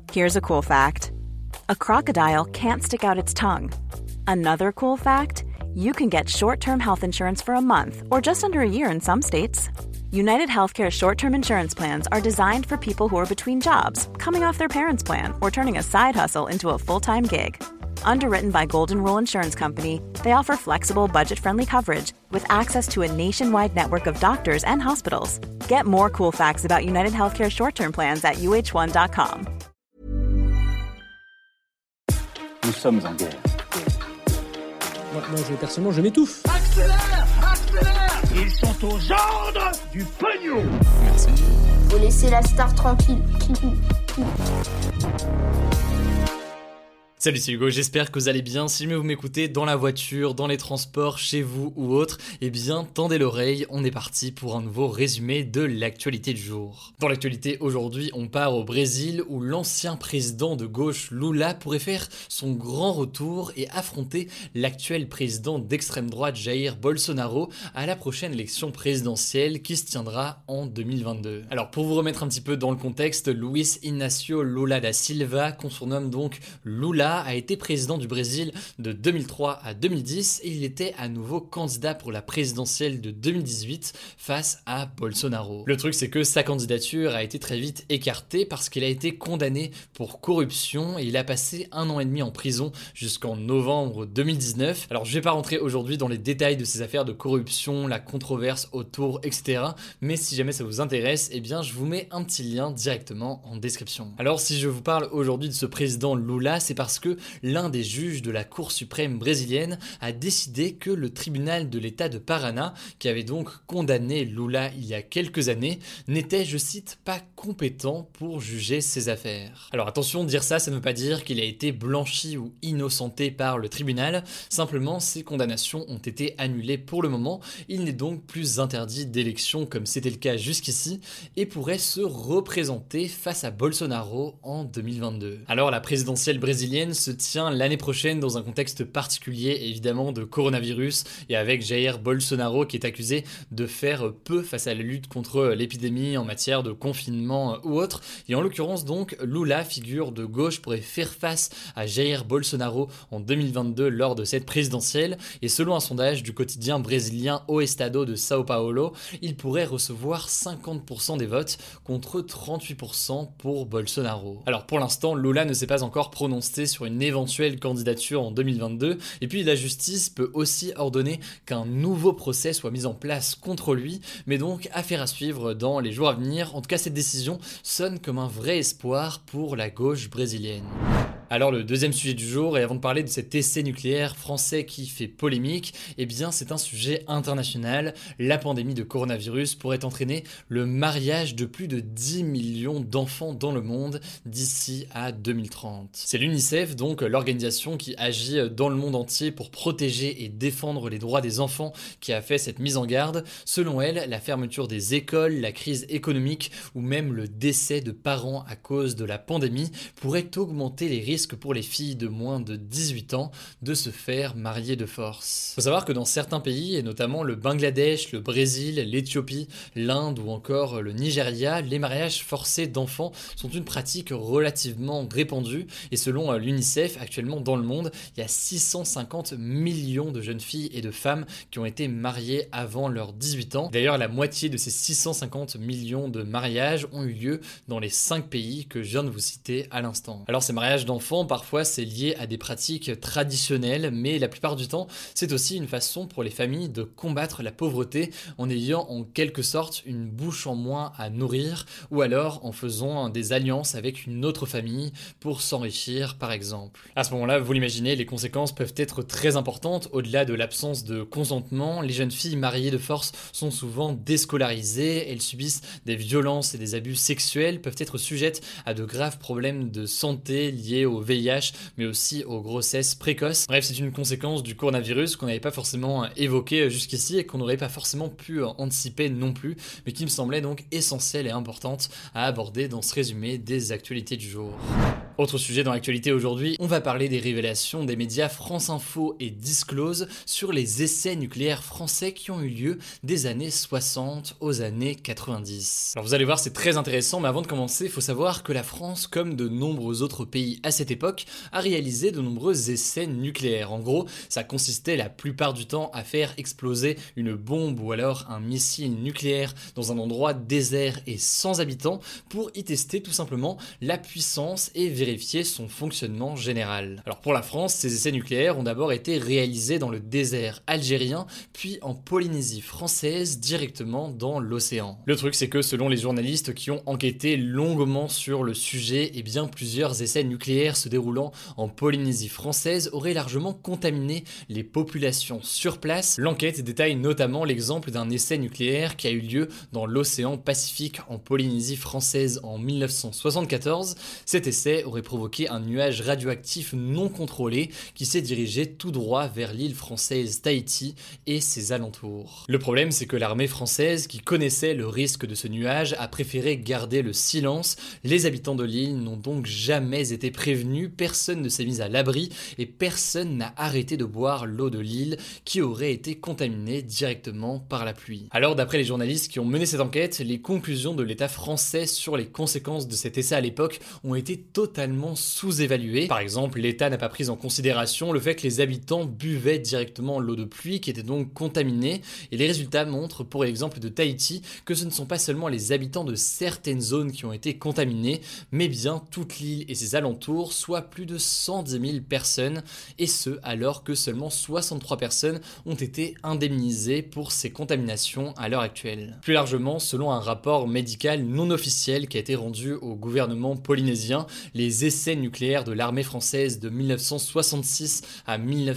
Here's a cool fact. A crocodile can't stick out its tongue. Another cool fact, you can get short-term health insurance for a month or just under a year in some states. United Healthcare short-term insurance plans are designed for people who are between jobs, coming off their parents' plan, or turning a side hustle into a full-time gig. Underwritten by Golden Rule Insurance Company, they offer flexible, budget-friendly coverage with access to a nationwide network of doctors and hospitals. Get more cool facts about United Healthcare short-term plans at uh1.com. Nous sommes en guerre. Moi personnellement, je m'étouffe. Accélère! Accélère! Ils sont aux ordres du pognon! Merci. Faut laisser la star tranquille. Salut, c'est Hugo, j'espère que vous allez bien. Si jamais vous m'écoutez dans la voiture, dans les transports, chez vous ou autre, eh bien tendez l'oreille, on est parti pour un nouveau résumé de l'actualité du jour. Dans l'actualité aujourd'hui, on part au Brésil où l'ancien président de gauche Lula pourrait faire son grand retour et affronter l'actuel président d'extrême droite Jair Bolsonaro à la prochaine élection présidentielle qui se tiendra en 2022. Alors pour vous remettre un petit peu dans le contexte, Luiz Inácio Lula da Silva, qu'on surnomme donc Lula, a été président du Brésil de 2003 à 2010 et il était à nouveau candidat pour la présidentielle de 2018 face à Bolsonaro. Le truc, c'est que sa candidature a été très vite écartée parce qu'il a été condamné pour corruption et il a passé 1 an et demi en prison jusqu'en novembre 2019. Alors je vais pas rentrer aujourd'hui dans les détails de ces affaires de corruption, la controverse autour, etc. Mais si jamais ça vous intéresse, eh bien je vous mets un petit lien directement en description. Alors si je vous parle aujourd'hui de ce président Lula, c'est parce que l'un des juges de la Cour suprême brésilienne a décidé que le tribunal de l'État de Paraná, qui avait donc condamné Lula il y a quelques années, n'était, je cite, pas compétent pour juger ces affaires. Alors attention, dire ça ne veut pas dire qu'il a été blanchi ou innocenté par le tribunal, simplement ces condamnations ont été annulées pour le moment, il n'est donc plus interdit d'élection comme c'était le cas jusqu'ici, et pourrait se représenter face à Bolsonaro en 2022. Alors la présidentielle brésilienne se tient l'année prochaine dans un contexte particulier évidemment de coronavirus et avec Jair Bolsonaro qui est accusé de faire peu face à la lutte contre l'épidémie en matière de confinement ou autre. Et en l'occurrence donc Lula, figure de gauche, pourrait faire face à Jair Bolsonaro en 2022 lors de cette présidentielle et selon un sondage du quotidien brésilien O Estado de São Paulo, il pourrait recevoir 50% des votes contre 38% pour Bolsonaro. Alors pour l'instant, Lula ne s'est pas encore prononcé sur une éventuelle candidature en 2022 et puis la justice peut aussi ordonner qu'un nouveau procès soit mis en place contre lui, mais donc affaire à suivre dans les jours à venir. En tout cas, cette décision sonne comme un vrai espoir pour la gauche brésilienne. Alors le deuxième sujet du jour, et avant de parler de cet essai nucléaire français qui fait polémique, eh bien c'est un sujet international. La pandémie de coronavirus pourrait entraîner le mariage de plus de 10 millions d'enfants dans le monde d'ici à 2030. C'est l'UNICEF, donc l'organisation qui agit dans le monde entier pour protéger et défendre les droits des enfants, qui a fait cette mise en garde. Selon elle, la fermeture des écoles, la crise économique ou même le décès de parents à cause de la pandémie pourrait augmenter les risques pour les filles de moins de 18 ans de se faire marier de force. Il faut savoir que dans certains pays, et notamment le Bangladesh, le Brésil, l'Éthiopie, l'Inde ou encore le Nigeria, les mariages forcés d'enfants sont une pratique relativement répandue et selon l'UNICEF, actuellement dans le monde, il y a 650 millions de jeunes filles et de femmes qui ont été mariées avant leurs 18 ans. D'ailleurs, la moitié de ces 650 millions de mariages ont eu lieu dans les 5 pays que je viens de vous citer à l'instant. Alors ces mariages d'enfants, parfois c'est lié à des pratiques traditionnelles, mais la plupart du temps c'est aussi une façon pour les familles de combattre la pauvreté en ayant en quelque sorte une bouche en moins à nourrir ou alors en faisant des alliances avec une autre famille pour s'enrichir par exemple. À ce moment-là, vous l'imaginez, les conséquences peuvent être très importantes. Au-delà de l'absence de consentement, les jeunes filles mariées de force sont souvent déscolarisées, elles subissent des violences et des abus sexuels, peuvent être sujettes à de graves problèmes de santé liés au VIH, mais aussi aux grossesses précoces. Bref, c'est une conséquence du coronavirus qu'on n'avait pas forcément évoqué jusqu'ici et qu'on n'aurait pas forcément pu anticiper non plus, mais qui me semblait donc essentielle et importante à aborder dans ce résumé des actualités du jour. Autre sujet dans l'actualité aujourd'hui, on va parler des révélations des médias France Info et Disclose sur les essais nucléaires français qui ont eu lieu des années 60 aux années 90. Alors vous allez voir, c'est très intéressant, mais avant de commencer, il faut savoir que la France, comme de nombreux autres pays à cette époque, a réalisé de nombreux essais nucléaires. En gros, ça consistait la plupart du temps à faire exploser une bombe ou alors un missile nucléaire dans un endroit désert et sans habitants pour y tester tout simplement la puissance et vérifier son fonctionnement général. Alors pour la France, ces essais nucléaires ont d'abord été réalisés dans le désert algérien, puis en Polynésie française, directement dans l'océan. Le truc, c'est que selon les journalistes qui ont enquêté longuement sur le sujet, eh bien plusieurs essais nucléaires se déroulant en Polynésie française auraient largement contaminé les populations sur place. L'enquête détaille notamment l'exemple d'un essai nucléaire qui a eu lieu dans l'océan Pacifique en Polynésie française en 1974. Cet essai aurait provoqué un nuage radioactif non contrôlé qui s'est dirigé tout droit vers l'île française Tahiti et ses alentours. Le problème, c'est que l'armée française, qui connaissait le risque de ce nuage, a préféré garder le silence. Les habitants de l'île n'ont donc jamais été prévenus, personne ne s'est mis à l'abri et personne n'a arrêté de boire l'eau de l'île qui aurait été contaminée directement par la pluie. Alors d'après les journalistes qui ont mené cette enquête, les conclusions de l'État français sur les conséquences de cet essai à l'époque ont été totalement sous-évaluées. Par exemple, l'État n'a pas pris en considération le fait que les habitants buvaient directement l'eau de pluie qui était donc contaminée, et les résultats montrent pour l'exemple de Tahiti que ce ne sont pas seulement les habitants de certaines zones qui ont été contaminés, mais bien toute l'île et ses alentours, soit plus de 110 000 personnes, et ce alors que seulement 63 personnes ont été indemnisées pour ces contaminations à l'heure actuelle. Plus largement, selon un rapport médical non officiel qui a été rendu au gouvernement polynésien, les essais nucléaires de l'armée française de 1966 à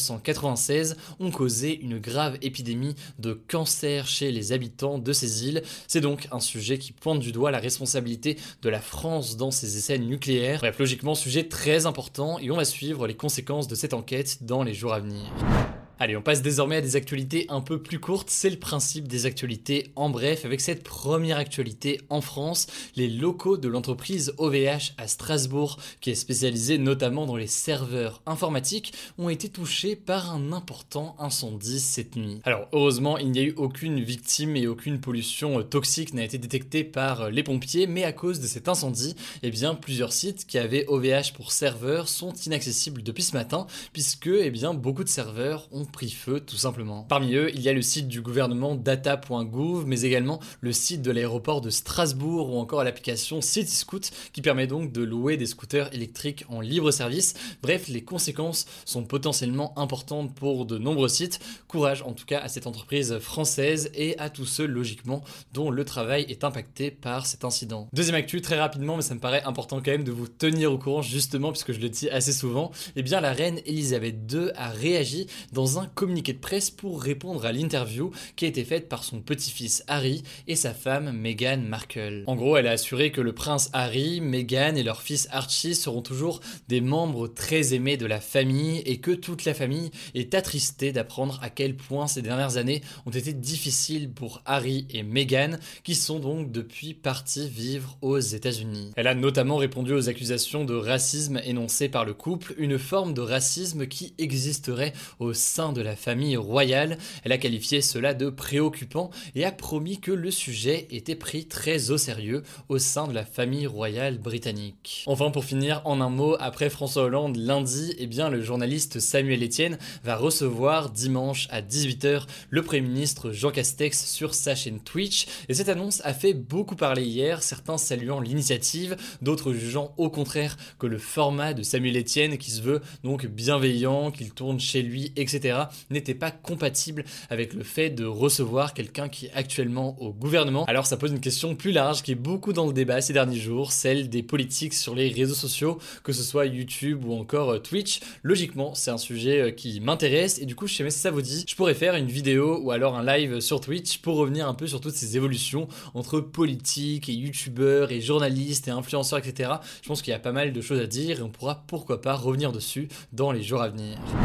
1996 ont causé une grave épidémie de cancer chez les habitants de ces îles. C'est donc un sujet qui pointe du doigt la responsabilité de la France dans ces essais nucléaires. Bref, logiquement, sujet très important et on va suivre les conséquences de cette enquête dans les jours à venir. Allez, on passe désormais à des actualités un peu plus courtes, c'est le principe des actualités en bref. Avec cette première actualité en France, les locaux de l'entreprise OVH à Strasbourg, qui est spécialisée notamment dans les serveurs informatiques, ont été touchés par un important incendie cette nuit. Alors heureusement, il n'y a eu aucune victime et aucune pollution toxique n'a été détectée par les pompiers, mais à cause de cet incendie, eh bien plusieurs sites qui avaient OVH pour serveurs sont inaccessibles depuis ce matin, puisque beaucoup de serveurs ont pris feu tout simplement. Parmi eux, il y a le site du gouvernement data.gouv, mais également le site de l'aéroport de Strasbourg ou encore l'application Cityscoot qui permet donc de louer des scooters électriques en libre service. Bref, les conséquences sont potentiellement importantes pour de nombreux sites. Courage en tout cas à cette entreprise française et à tous ceux logiquement dont le travail est impacté par cet incident. Deuxième actu, très rapidement, mais ça me paraît important quand même de vous tenir au courant justement puisque je le dis assez souvent, eh bien la reine Elisabeth II a réagi dans un communiqué de presse pour répondre à l'interview qui a été faite par son petit-fils Harry et sa femme Meghan Markle. En gros, elle a assuré que le prince Harry, Meghan et leur fils Archie seront toujours des membres très aimés de la famille et que toute la famille est attristée d'apprendre à quel point ces dernières années ont été difficiles pour Harry et Meghan qui sont donc depuis partis vivre aux États-Unis. Elle a notamment répondu aux accusations de racisme énoncées par le couple, une forme de racisme qui existerait au sein de la famille royale. Elle a qualifié cela de préoccupant et a promis que le sujet était pris très au sérieux au sein de la famille royale britannique. Enfin, pour finir, en un mot, après François Hollande lundi, le journaliste Samuel Etienne va recevoir dimanche à 18h le Premier ministre Jean Castex sur sa chaîne Twitch et cette annonce a fait beaucoup parler hier, certains saluant l'initiative, d'autres jugeant au contraire que le format de Samuel Etienne qui se veut donc bienveillant, qu'il tourne chez lui, etc. n'était pas compatible avec le fait de recevoir quelqu'un qui est actuellement au gouvernement. Alors ça pose une question plus large qui est beaucoup dans le débat ces derniers jours, celle des politiques sur les réseaux sociaux, que ce soit YouTube ou encore Twitch. Logiquement, c'est un sujet qui m'intéresse et du coup, je sais pas si ça vous dit, je pourrais faire une vidéo ou alors un live sur Twitch pour revenir un peu sur toutes ces évolutions entre politiques et youtubeurs et journalistes et influenceurs, etc. Je pense qu'il y a pas mal de choses à dire et on pourra pourquoi pas revenir dessus dans les jours à venir.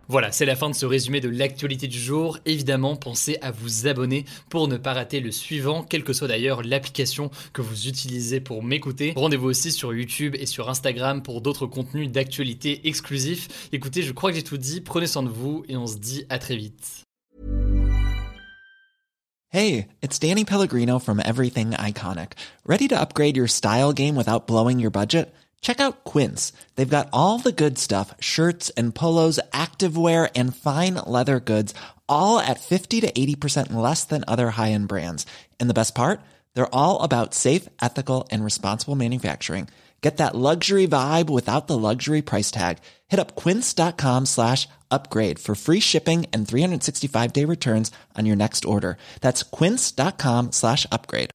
Voilà, c'est la fin de ce résumé de l'actualité du jour. Évidemment, pensez à vous abonner pour ne pas rater le suivant, quelle que soit d'ailleurs l'application que vous utilisez pour m'écouter. Rendez-vous aussi sur YouTube et sur Instagram pour d'autres contenus d'actualité exclusifs. Écoutez, je crois que j'ai tout dit, prenez soin de vous et on se dit à très vite. Hey, it's Danny Pellegrino from Everything Iconic. Ready to upgrade your style game without blowing your budget? Check out Quince. They've got all the good stuff, shirts and polos, activewear, and fine leather goods, all at 50 to 80% less than other high-end brands. And the best part? They're all about safe, ethical, and responsible manufacturing. Get that luxury vibe without the luxury price tag. Hit up quince.com/upgrade for free shipping and 365-day returns on your next order. That's quince.com/upgrade.